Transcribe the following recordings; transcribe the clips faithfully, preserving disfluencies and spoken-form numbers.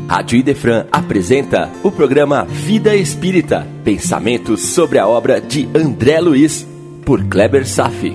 Rádio Idefran apresenta o programa Vida Espírita, pensamentos sobre a obra de André Luiz, por Kleber Safi.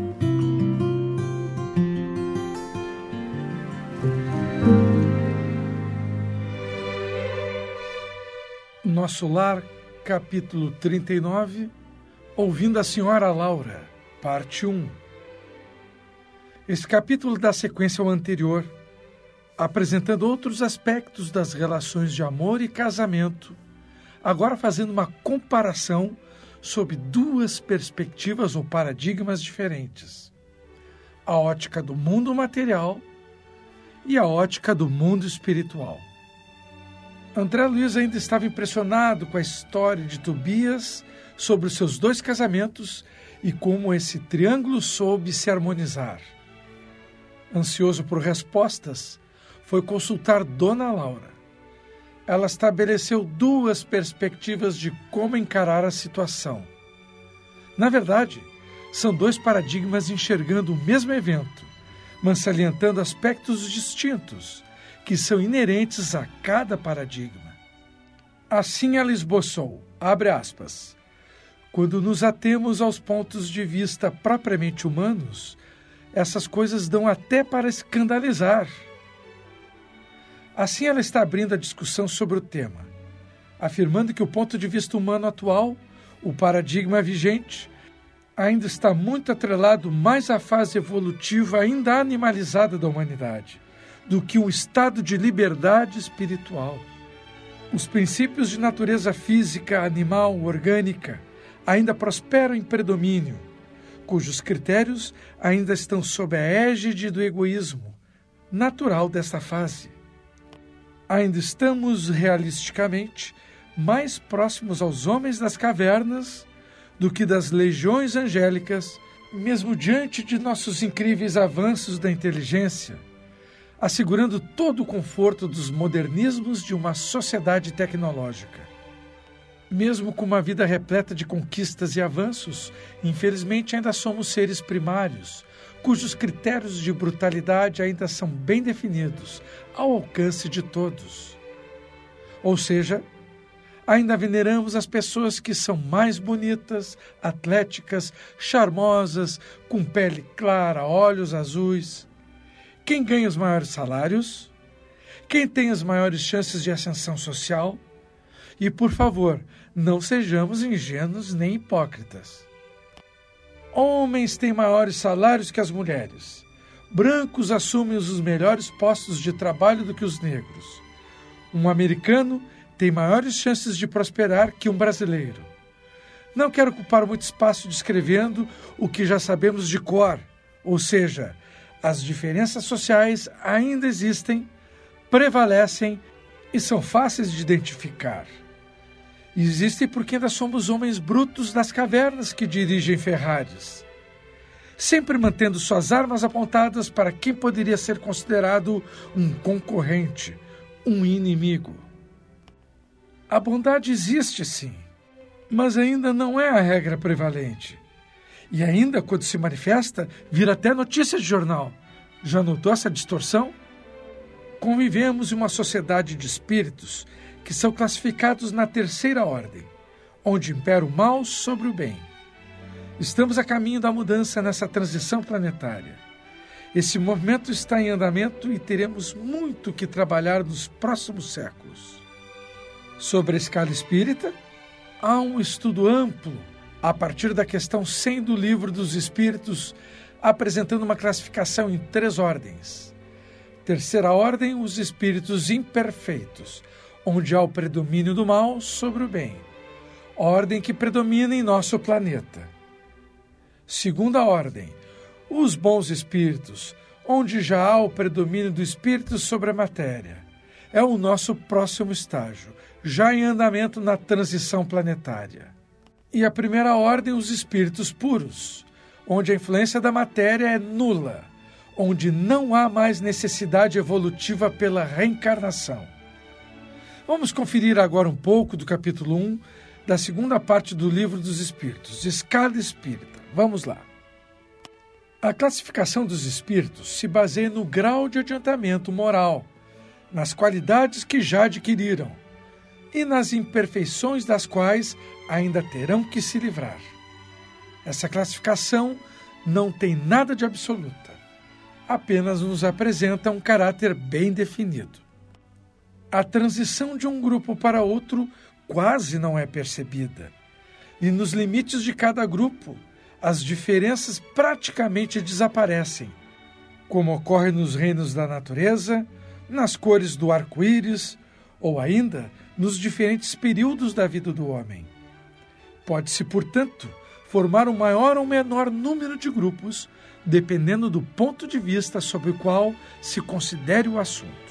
Nosso Lar, capítulo trinta e nove, Ouvindo a Senhora Laura, parte um. Esse capítulo dá sequência ao anterior, apresentando outros aspectos das relações de amor e casamento, agora fazendo uma comparação sob duas perspectivas ou paradigmas diferentes: a ótica do mundo material e a ótica do mundo espiritual. André Luiz ainda estava impressionado com a história de Tobias sobre os seus dois casamentos e como esse triângulo soube se harmonizar. Ansioso por respostas, foi consultar Dona Laura. Ela estabeleceu duas perspectivas de como encarar a situação. Na verdade, são dois paradigmas enxergando o mesmo evento, mas salientando aspectos distintos, que são inerentes a cada paradigma. Assim ela esboçou, abre aspas, quando nos atemos aos pontos de vista propriamente humanos, essas coisas dão até para escandalizar. Assim ela está abrindo a discussão sobre o tema, afirmando que o ponto de vista humano atual, o paradigma vigente, ainda está muito atrelado mais à fase evolutiva ainda animalizada da humanidade, do que um estado de liberdade espiritual. Os princípios de natureza física, animal, orgânica, ainda prosperam em predomínio, cujos critérios ainda estão sob a égide do egoísmo, natural desta fase. Ainda estamos, realisticamente, mais próximos aos homens das cavernas do que das legiões angélicas, mesmo diante de nossos incríveis avanços da inteligência, assegurando todo o conforto dos modernismos de uma sociedade tecnológica. Mesmo com uma vida repleta de conquistas e avanços, infelizmente ainda somos seres primários, cujos critérios de brutalidade ainda são bem definidos, ao alcance de todos. Ou seja, ainda veneramos as pessoas que são mais bonitas, atléticas, charmosas, com pele clara, olhos azuis. Quem ganha os maiores salários? Quem tem as maiores chances de ascensão social? E, por favor, não sejamos ingênuos nem hipócritas. Homens têm maiores salários que as mulheres. Brancos assumem os melhores postos de trabalho do que os negros. Um americano tem maiores chances de prosperar que um brasileiro. Não quero ocupar muito espaço descrevendo o que já sabemos de cor, ou seja, as diferenças sociais ainda existem, prevalecem e são fáceis de identificar. Existem porque ainda somos homens brutos das cavernas que dirigem Ferraris, sempre mantendo suas armas apontadas para quem poderia ser considerado um concorrente, um inimigo. A bondade existe sim, mas ainda não é a regra prevalente. E ainda, quando se manifesta, vira até notícia de jornal. Já notou essa distorção? Convivemos em uma sociedade de espíritos que são classificados na terceira ordem, onde impera o mal sobre o bem. Estamos a caminho da mudança nessa transição planetária. Esse movimento está em andamento e teremos muito que trabalhar nos próximos séculos. Sobre a escala espírita, há um estudo amplo a partir da questão cem do Livro dos Espíritos, apresentando uma classificação em três ordens. Terceira ordem, os espíritos imperfeitos, onde há o predomínio do mal sobre o bem, ordem que predomina em nosso planeta. Segunda ordem, os bons espíritos, onde já há o predomínio do espírito sobre a matéria. É o nosso próximo estágio, já em andamento na transição planetária. E a primeira ordem, os espíritos puros, onde a influência da matéria é nula, onde não há mais necessidade evolutiva pela reencarnação. Vamos conferir agora um pouco do capítulo um da segunda parte do Livro dos Espíritos, Escala Espírita. Vamos lá. A classificação dos espíritos se baseia no grau de adiantamento moral, nas qualidades que já adquiriram e nas imperfeições das quais ainda terão que se livrar. Essa classificação não tem nada de absoluta, apenas nos apresenta um caráter bem definido. A transição de um grupo para outro quase não é percebida, e nos limites de cada grupo, as diferenças praticamente desaparecem, como ocorre nos reinos da natureza, nas cores do arco-íris ou ainda nos diferentes períodos da vida do homem. Pode-se, portanto, formar um maior ou menor número de grupos, dependendo do ponto de vista sob o qual se considere o assunto.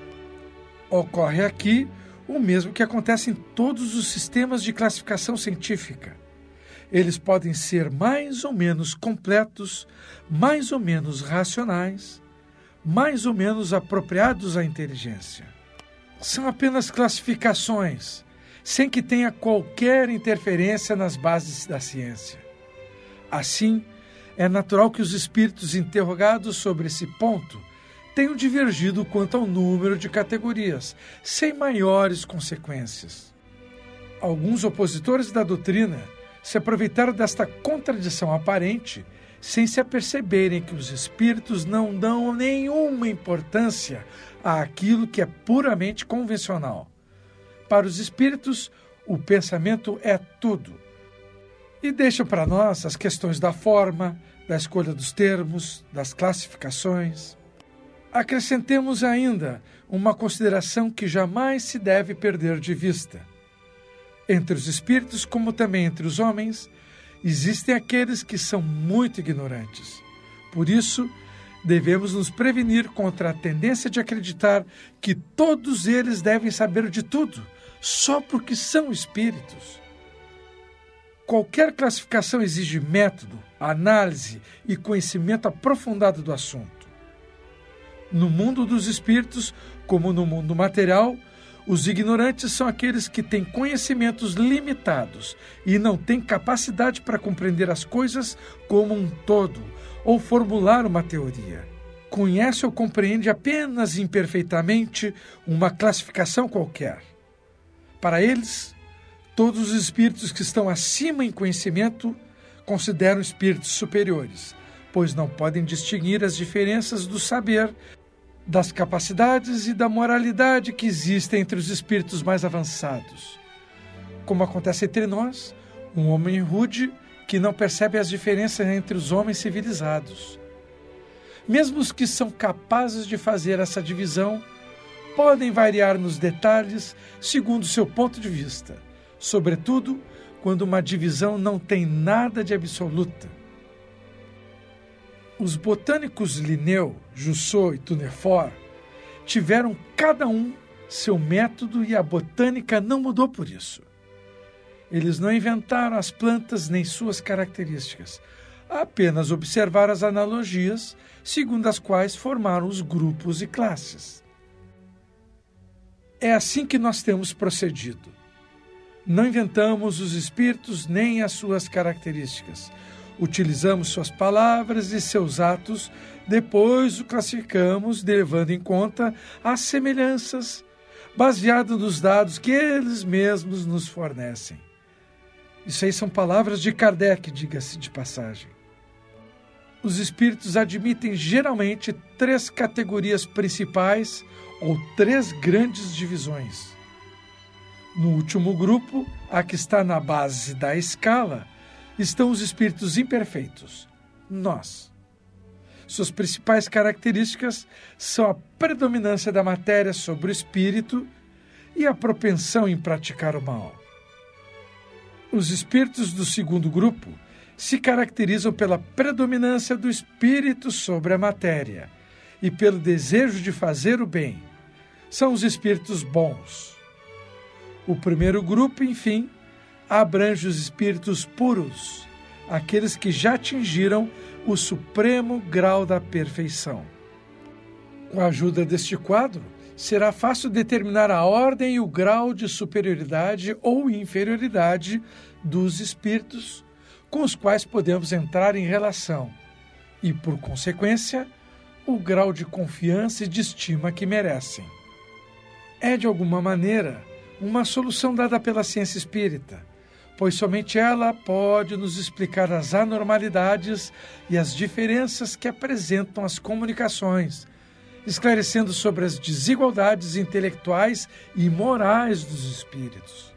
Ocorre aqui o mesmo que acontece em todos os sistemas de classificação científica. Eles podem ser mais ou menos completos, mais ou menos racionais, mais ou menos apropriados à inteligência. São apenas classificações, sem que tenha qualquer interferência nas bases da ciência. Assim, é natural que os espíritos interrogados sobre esse ponto tenham divergido quanto ao número de categorias, sem maiores consequências. Alguns opositores da doutrina se aproveitaram desta contradição aparente sem se aperceberem que os espíritos não dão nenhuma importância àquilo que é puramente convencional. Para os espíritos, o pensamento é tudo. E deixam para nós as questões da forma, da escolha dos termos, das classificações. Acrescentemos ainda uma consideração que jamais se deve perder de vista. Entre os espíritos, como também entre os homens, existem aqueles que são muito ignorantes. Por isso, devemos nos prevenir contra a tendência de acreditar que todos eles devem saber de tudo, só porque são espíritos. Qualquer classificação exige método, análise e conhecimento aprofundado do assunto. No mundo dos espíritos, como no mundo material, os ignorantes são aqueles que têm conhecimentos limitados e não têm capacidade para compreender as coisas como um todo ou formular uma teoria. Conhece ou compreende apenas imperfeitamente uma classificação qualquer. Para eles, todos os espíritos que estão acima em conhecimento consideram espíritos superiores, pois não podem distinguir as diferenças do saber, das capacidades e da moralidade que existem entre os espíritos mais avançados. Como acontece entre nós, um homem rude que não percebe as diferenças entre os homens civilizados. Mesmo os que são capazes de fazer essa divisão podem variar nos detalhes segundo seu ponto de vista, sobretudo quando uma divisão não tem nada de absoluta. Os botânicos Linneu, Jussot e Tournefort tiveram cada um seu método e a botânica não mudou por isso. Eles não inventaram as plantas nem suas características, apenas observaram as analogias segundo as quais formaram os grupos e classes. É assim que nós temos procedido. Não inventamos os espíritos nem as suas características. Utilizamos suas palavras e seus atos, depois o classificamos, levando em conta as semelhanças, baseado nos dados que eles mesmos nos fornecem. Isso aí são palavras de Kardec, diga-se de passagem. Os espíritos admitem geralmente três categorias principais ou três grandes divisões. No último grupo, a que está na base da escala, estão os espíritos imperfeitos, nós. Suas principais características são a predominância da matéria sobre o espírito e a propensão em praticar o mal. Os espíritos do segundo grupo se caracterizam pela predominância do espírito sobre a matéria e pelo desejo de fazer o bem. São os espíritos bons. O primeiro grupo, enfim, abrange os espíritos puros, aqueles que já atingiram o supremo grau da perfeição. Com a ajuda deste quadro, será fácil determinar a ordem e o grau de superioridade ou inferioridade dos espíritos com os quais podemos entrar em relação e, por consequência, o grau de confiança e de estima que merecem. é, de alguma maneira, uma solução dada pela ciência espírita, pois somente ela pode nos explicar as anormalidades e as diferenças que apresentam as comunicações, esclarecendo sobre as desigualdades intelectuais e morais dos espíritos.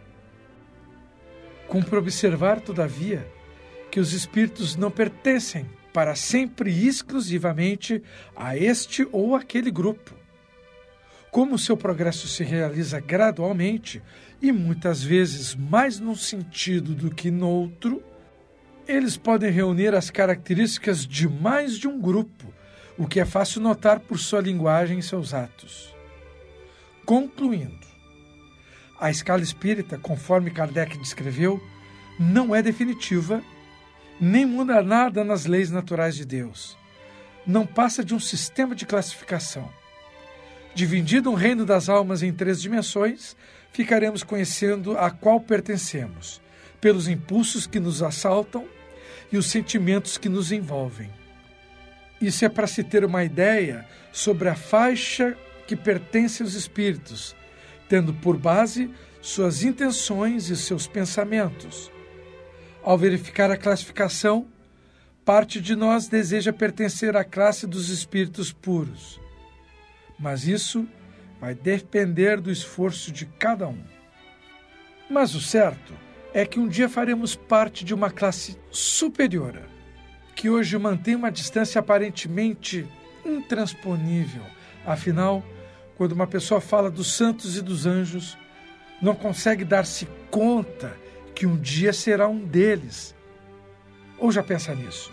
Cumpre observar, todavia, que os espíritos não pertencem para sempre e exclusivamente a este ou aquele grupo. Como o seu progresso se realiza gradualmente e muitas vezes mais num sentido do que no outro, eles podem reunir as características de mais de um grupo, o que é fácil notar por sua linguagem e seus atos. Concluindo, a escala espírita, conforme Kardec descreveu, não é definitiva, nem muda nada nas leis naturais de Deus. Não passa de um sistema de classificação. Dividindo o reino das almas em três dimensões, ficaremos conhecendo a qual pertencemos, pelos impulsos que nos assaltam e os sentimentos que nos envolvem. Isso é para se ter uma ideia sobre a faixa que pertence aos espíritos, tendo por base suas intenções e seus pensamentos. Ao verificar a classificação, parte de nós deseja pertencer à classe dos espíritos puros. Mas isso vai depender do esforço de cada um. Mas o certo é que um dia faremos parte de uma classe superior, que hoje mantém uma distância aparentemente intransponível. Afinal, quando uma pessoa fala dos santos e dos anjos, não consegue dar-se conta que um dia será um deles. Ou já pensa nisso?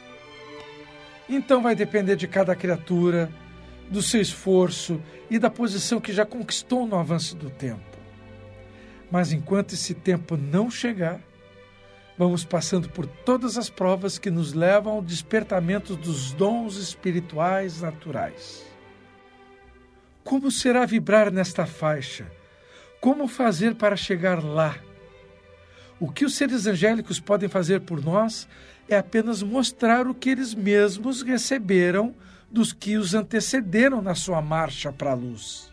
Então vai depender de cada criatura, do seu esforço e da posição que já conquistou no avanço do tempo. Mas enquanto esse tempo não chegar, vamos passando por todas as provas que nos levam ao despertamento dos dons espirituais naturais. Como será vibrar nesta faixa? Como fazer para chegar lá? O que os seres angélicos podem fazer por nós é apenas mostrar o que eles mesmos receberam dos que os antecederam na sua marcha para a luz.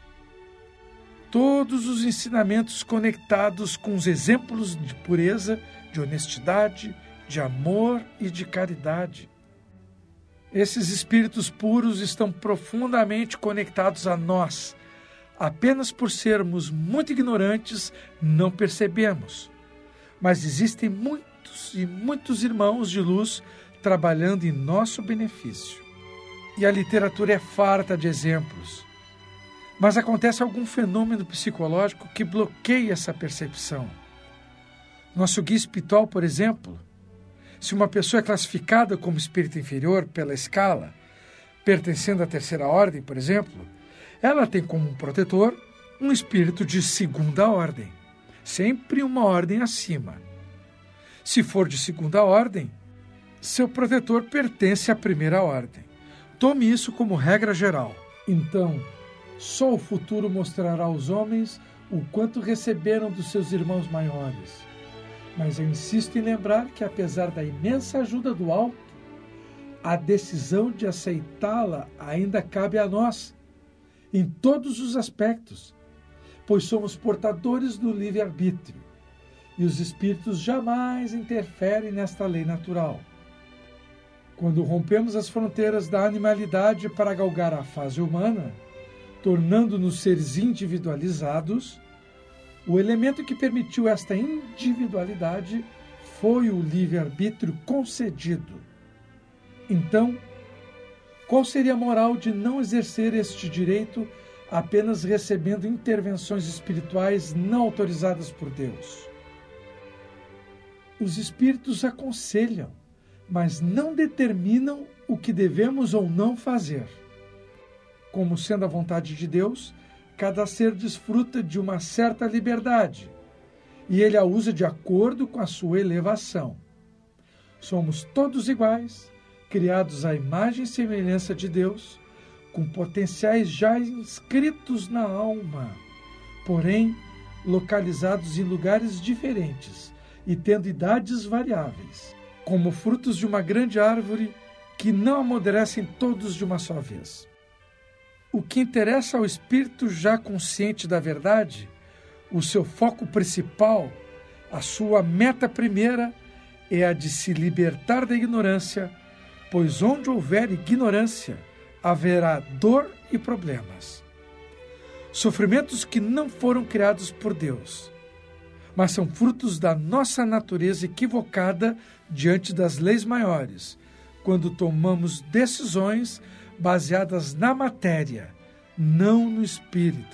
Todos os ensinamentos conectados com os exemplos de pureza, de honestidade, de amor e de caridade. Esses espíritos puros estão profundamente conectados a nós. Apenas por sermos muito ignorantes, não percebemos. Mas existem muitos e muitos irmãos de luz trabalhando em nosso benefício. E a literatura é farta de exemplos. Mas acontece algum fenômeno psicológico que bloqueia essa percepção. Nosso guia espiritual, por exemplo, se uma pessoa é classificada como espírito inferior pela escala, pertencendo à terceira ordem, por exemplo, ela tem como protetor um espírito de segunda ordem, sempre uma ordem acima. Se for de segunda ordem, seu protetor pertence à primeira ordem. Tome isso como regra geral. Então, só o futuro mostrará aos homens o quanto receberam dos seus irmãos maiores. Mas eu insisto em lembrar que, apesar da imensa ajuda do alto, a decisão de aceitá-la ainda cabe a nós, em todos os aspectos, pois somos portadores do livre-arbítrio, e os espíritos jamais interferem nesta lei natural. Quando rompemos as fronteiras da animalidade para galgar a fase humana, tornando-nos seres individualizados, o elemento que permitiu esta individualidade foi o livre-arbítrio concedido. Então, qual seria a moral de não exercer este direito apenas recebendo intervenções espirituais não autorizadas por Deus? Os espíritos aconselham, mas não determinam o que devemos ou não fazer. Como sendo a vontade de Deus, cada ser desfruta de uma certa liberdade, e ele a usa de acordo com a sua elevação. Somos todos iguais, criados à imagem e semelhança de Deus, com potenciais já inscritos na alma, porém localizados em lugares diferentes e tendo idades variáveis, como frutos de uma grande árvore que não amadurecem todos de uma só vez. O que interessa ao espírito já consciente da verdade, o seu foco principal, a sua meta primeira, é a de se libertar da ignorância, pois onde houver ignorância, haverá dor e problemas. Sofrimentos que não foram criados por Deus, mas são frutos da nossa natureza equivocada diante das leis maiores, quando tomamos decisões baseadas na matéria, não no espírito.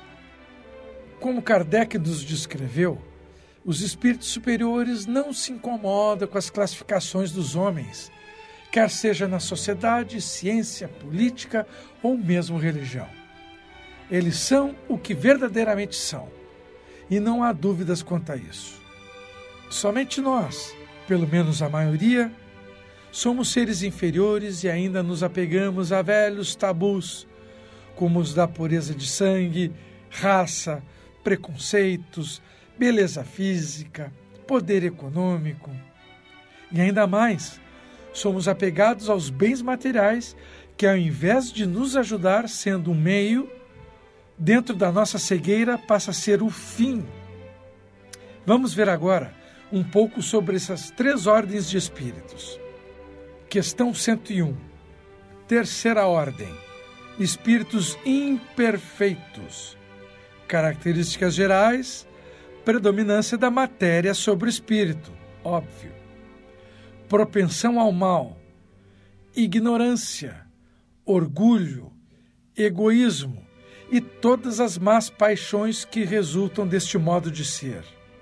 Como Kardec nos descreveu, os espíritos superiores não se incomodam com as classificações dos homens, quer seja na sociedade, ciência, política ou mesmo religião. Eles são o que verdadeiramente são, e não há dúvidas quanto a isso. Somente nós, pelo menos a maioria, somos seres inferiores e ainda nos apegamos a velhos tabus, como os da pureza de sangue, raça, preconceitos, beleza física, poder econômico. E ainda mais, somos apegados aos bens materiais que, ao invés de nos ajudar sendo um meio, dentro da nossa cegueira passa a ser o fim. Vamos ver agora um pouco sobre essas três ordens de espíritos. Questão cento e um. Terceira ordem. Espíritos imperfeitos. Características gerais. Predominância da matéria sobre o espírito, óbvio. Propensão ao mal. Ignorância. Orgulho. Egoísmo. E todas as más paixões que resultam deste modo de ser.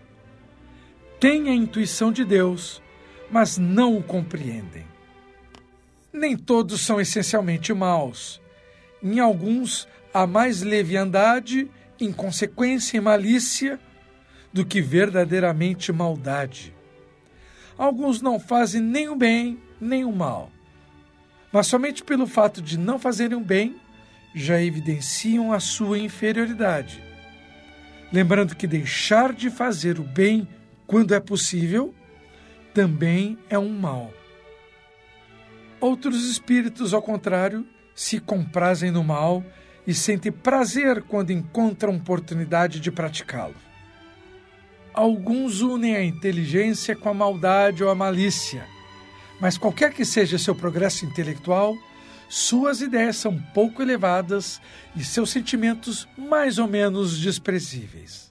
Têm a intuição de Deus, mas não o compreendem. Nem todos são essencialmente maus. Em alguns há mais leviandade, inconsequência e malícia do que verdadeiramente maldade. Alguns não fazem nem o bem, nem o mal. Mas somente pelo fato de não fazerem o bem, já evidenciam a sua inferioridade. Lembrando que deixar de fazer o bem quando é possível, também é um mal. Outros espíritos, ao contrário, se comprazem no mal e sentem prazer quando encontram oportunidade de praticá-lo. Alguns unem a inteligência com a maldade ou a malícia, mas qualquer que seja seu progresso intelectual, suas ideias são pouco elevadas e seus sentimentos mais ou menos desprezíveis.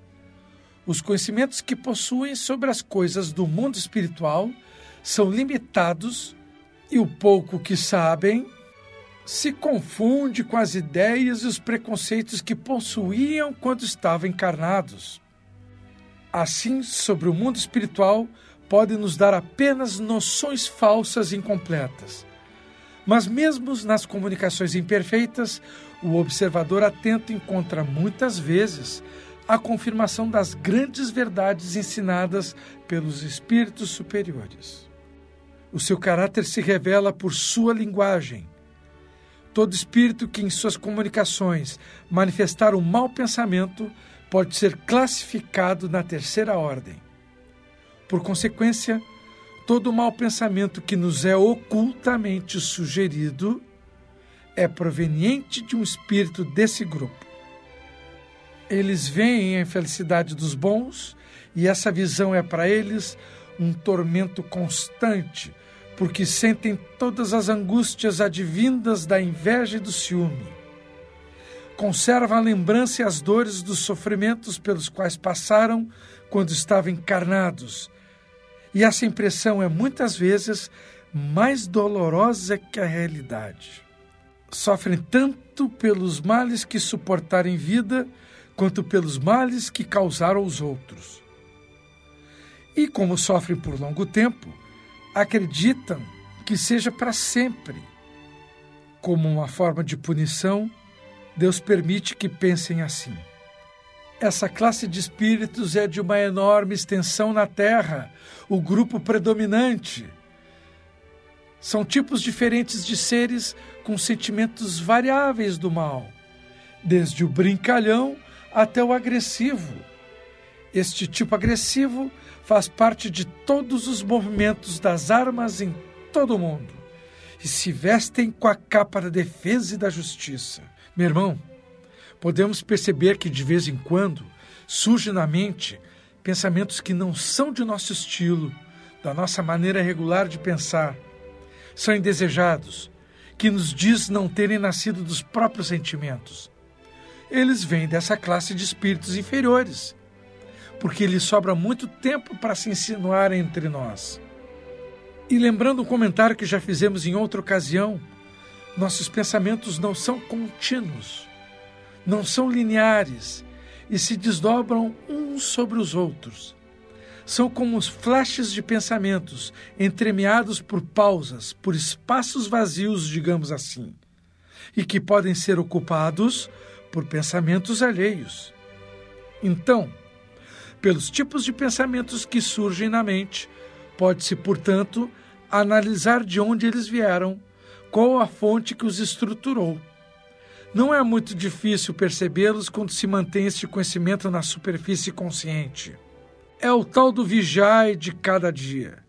Os conhecimentos que possuem sobre as coisas do mundo espiritual são limitados e o pouco que sabem se confunde com as ideias e os preconceitos que possuíam quando estavam encarnados. Assim, sobre o mundo espiritual, podem nos dar apenas noções falsas e incompletas. Mas mesmo nas comunicações imperfeitas, o observador atento encontra muitas vezes a confirmação das grandes verdades ensinadas pelos espíritos superiores. O seu caráter se revela por sua linguagem. Todo espírito que em suas comunicações manifestar um mau pensamento pode ser classificado na terceira ordem. Por consequência, todo mau pensamento que nos é ocultamente sugerido é proveniente de um espírito desse grupo. Eles veem a infelicidade dos bons e essa visão é para eles um tormento constante, porque sentem todas as angústias advindas da inveja e do ciúme. Conservam a lembrança e as dores dos sofrimentos pelos quais passaram quando estavam encarnados, e essa impressão é muitas vezes mais dolorosa que a realidade. Sofrem tanto pelos males que suportaram em vida, quanto pelos males que causaram aos outros. E como sofrem por longo tempo, acreditam que seja para sempre. Como uma forma de punição, Deus permite que pensem assim. Essa classe de espíritos é de uma enorme extensão na Terra, o grupo predominante. São tipos diferentes de seres com sentimentos variáveis do mal, desde o brincalhão até o agressivo. Este tipo agressivo faz parte de todos os movimentos das armas em todo o mundo e se vestem com a capa da defesa e da justiça. Meu irmão, podemos perceber que de vez em quando surgem na mente pensamentos que não são de nosso estilo, da nossa maneira regular de pensar. São indesejados, que nos diz não terem nascido dos próprios sentimentos. Eles vêm dessa classe de espíritos inferiores, porque lhes sobra muito tempo para se insinuar entre nós. E lembrando um comentário que já fizemos em outra ocasião, nossos pensamentos não são contínuos, não são lineares e se desdobram uns sobre os outros. São como os flashes de pensamentos, entremeados por pausas, por espaços vazios, digamos assim, e que podem ser ocupados por pensamentos alheios. Então, pelos tipos de pensamentos que surgem na mente, pode-se, portanto, analisar de onde eles vieram, qual a fonte que os estruturou. Não é muito difícil percebê-los quando se mantém este conhecimento na superfície consciente. É o tal do vigiai de cada dia.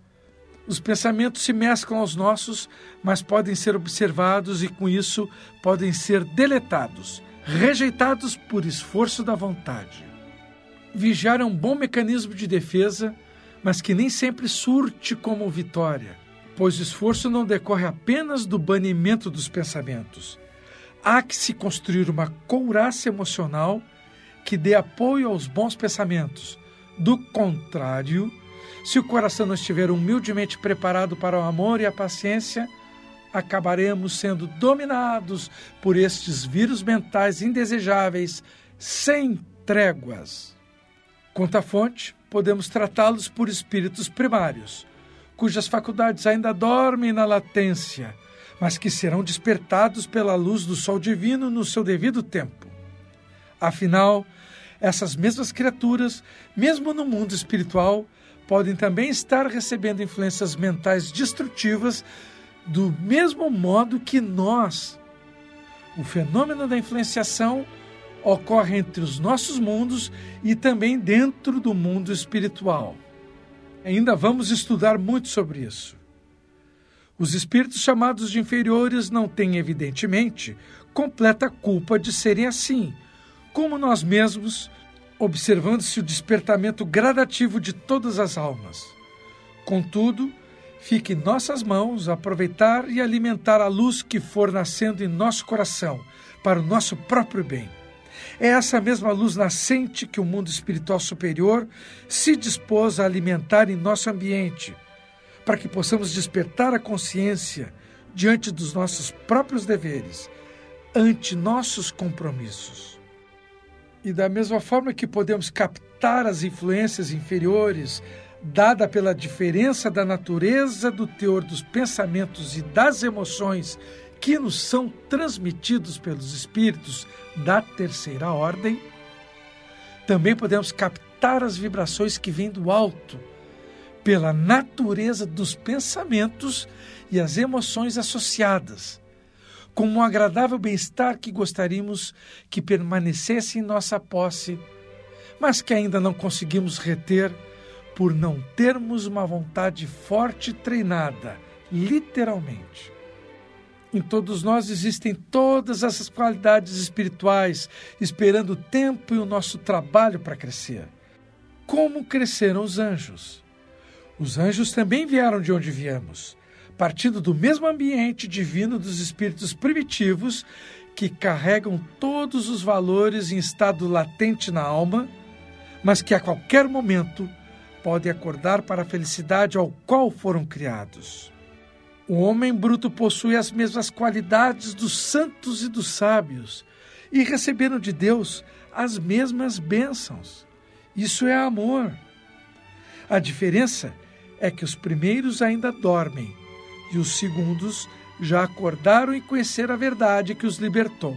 Os pensamentos se mesclam aos nossos, mas podem ser observados e, com isso, podem ser deletados, rejeitados por esforço da vontade. Vigiar é um bom mecanismo de defesa, mas que nem sempre surte como vitória, pois o esforço não decorre apenas do banimento dos pensamentos. Há que se construir uma couraça emocional que dê apoio aos bons pensamentos. Do contrário, se o coração não estiver humildemente preparado para o amor e a paciência, acabaremos sendo dominados por estes vírus mentais indesejáveis, sem tréguas. Quanto à fonte, podemos tratá-los por espíritos primários, cujas faculdades ainda dormem na latência, mas que serão despertados pela luz do sol divino no seu devido tempo. Afinal, essas mesmas criaturas, mesmo no mundo espiritual, podem também estar recebendo influências mentais destrutivas do mesmo modo que nós. O fenômeno da influenciação ocorre entre os nossos mundos e também dentro do mundo espiritual. Ainda vamos estudar muito sobre isso. Os espíritos chamados de inferiores não têm, evidentemente, completa culpa de serem assim, como nós mesmos, observando-se o despertamento gradativo de todas as almas. Contudo, fica em nossas mãos aproveitar e alimentar a luz que for nascendo em nosso coração, para o nosso próprio bem. É essa mesma luz nascente que o mundo espiritual superior se dispôs a alimentar em nosso ambiente, para que possamos despertar a consciência diante dos nossos próprios deveres, ante nossos compromissos. E da mesma forma que podemos captar as influências inferiores, dada pela diferença da natureza do teor dos pensamentos e das emoções que nos são transmitidos pelos espíritos da terceira ordem, também podemos captar as vibrações que vêm do alto, pela natureza dos pensamentos e as emoções associadas, com um agradável bem-estar que gostaríamos que permanecesse em nossa posse, mas que ainda não conseguimos reter por não termos uma vontade forte e treinada, literalmente. Em todos nós existem todas essas qualidades espirituais, esperando o tempo e o nosso trabalho para crescer. Como cresceram os anjos? Os anjos também vieram de onde viemos, partindo do mesmo ambiente divino dos espíritos primitivos que carregam todos os valores em estado latente na alma, mas que a qualquer momento podem acordar para a felicidade ao qual foram criados. O homem bruto possui as mesmas qualidades dos santos e dos sábios e receberam de Deus as mesmas bênçãos. Isso é amor. A diferença é que os primeiros ainda dormem e os segundos já acordaram e conheceram a verdade que os libertou.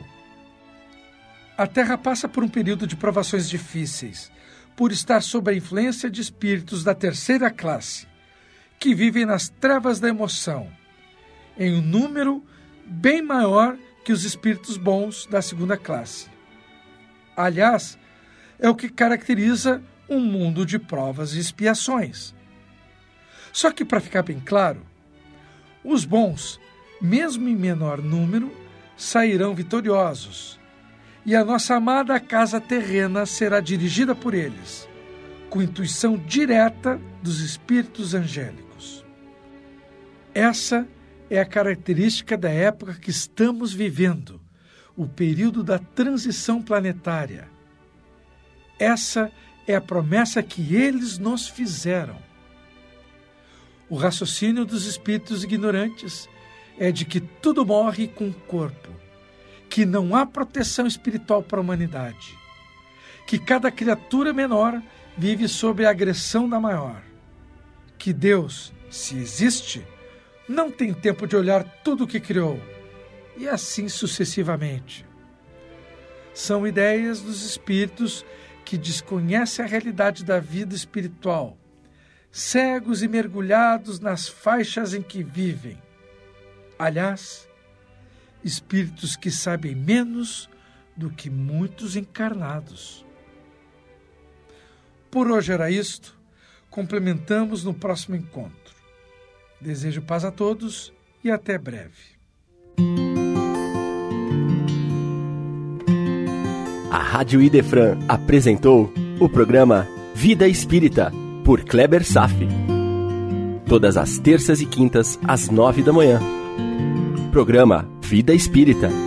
A Terra passa por um período de provações difíceis, por estar sob a influência de espíritos da terceira classe, que vivem nas trevas da emoção, em um número bem maior que os espíritos bons da segunda classe. Aliás, é o que caracteriza um mundo de provas e expiações. Só que, para ficar bem claro, os bons mesmo em menor número, sairão vitoriosos, e a nossa amada casa terrena será dirigida por eles, com intuição direta dos espíritos angélicos. Essa é a característica da época que estamos vivendo, o período da transição planetária. Essa é a promessa que eles nos fizeram. O raciocínio dos espíritos ignorantes é de que tudo morre com o corpo, que não há proteção espiritual para a humanidade, que cada criatura menor vive sob a agressão da maior, que Deus, se existe, não tem tempo de olhar tudo o que criou, e assim sucessivamente. São ideias dos espíritos que desconhecem a realidade da vida espiritual, cegos e mergulhados nas faixas em que vivem. Aliás, espíritos que sabem menos do que muitos encarnados. Por hoje era isto. Complementamos no próximo encontro. Desejo paz a todos e até breve. A Rádio Idefran apresentou o programa Vida Espírita, por Kleber Safi. Todas as terças e quintas, às nove da manhã. Programa Vida Espírita.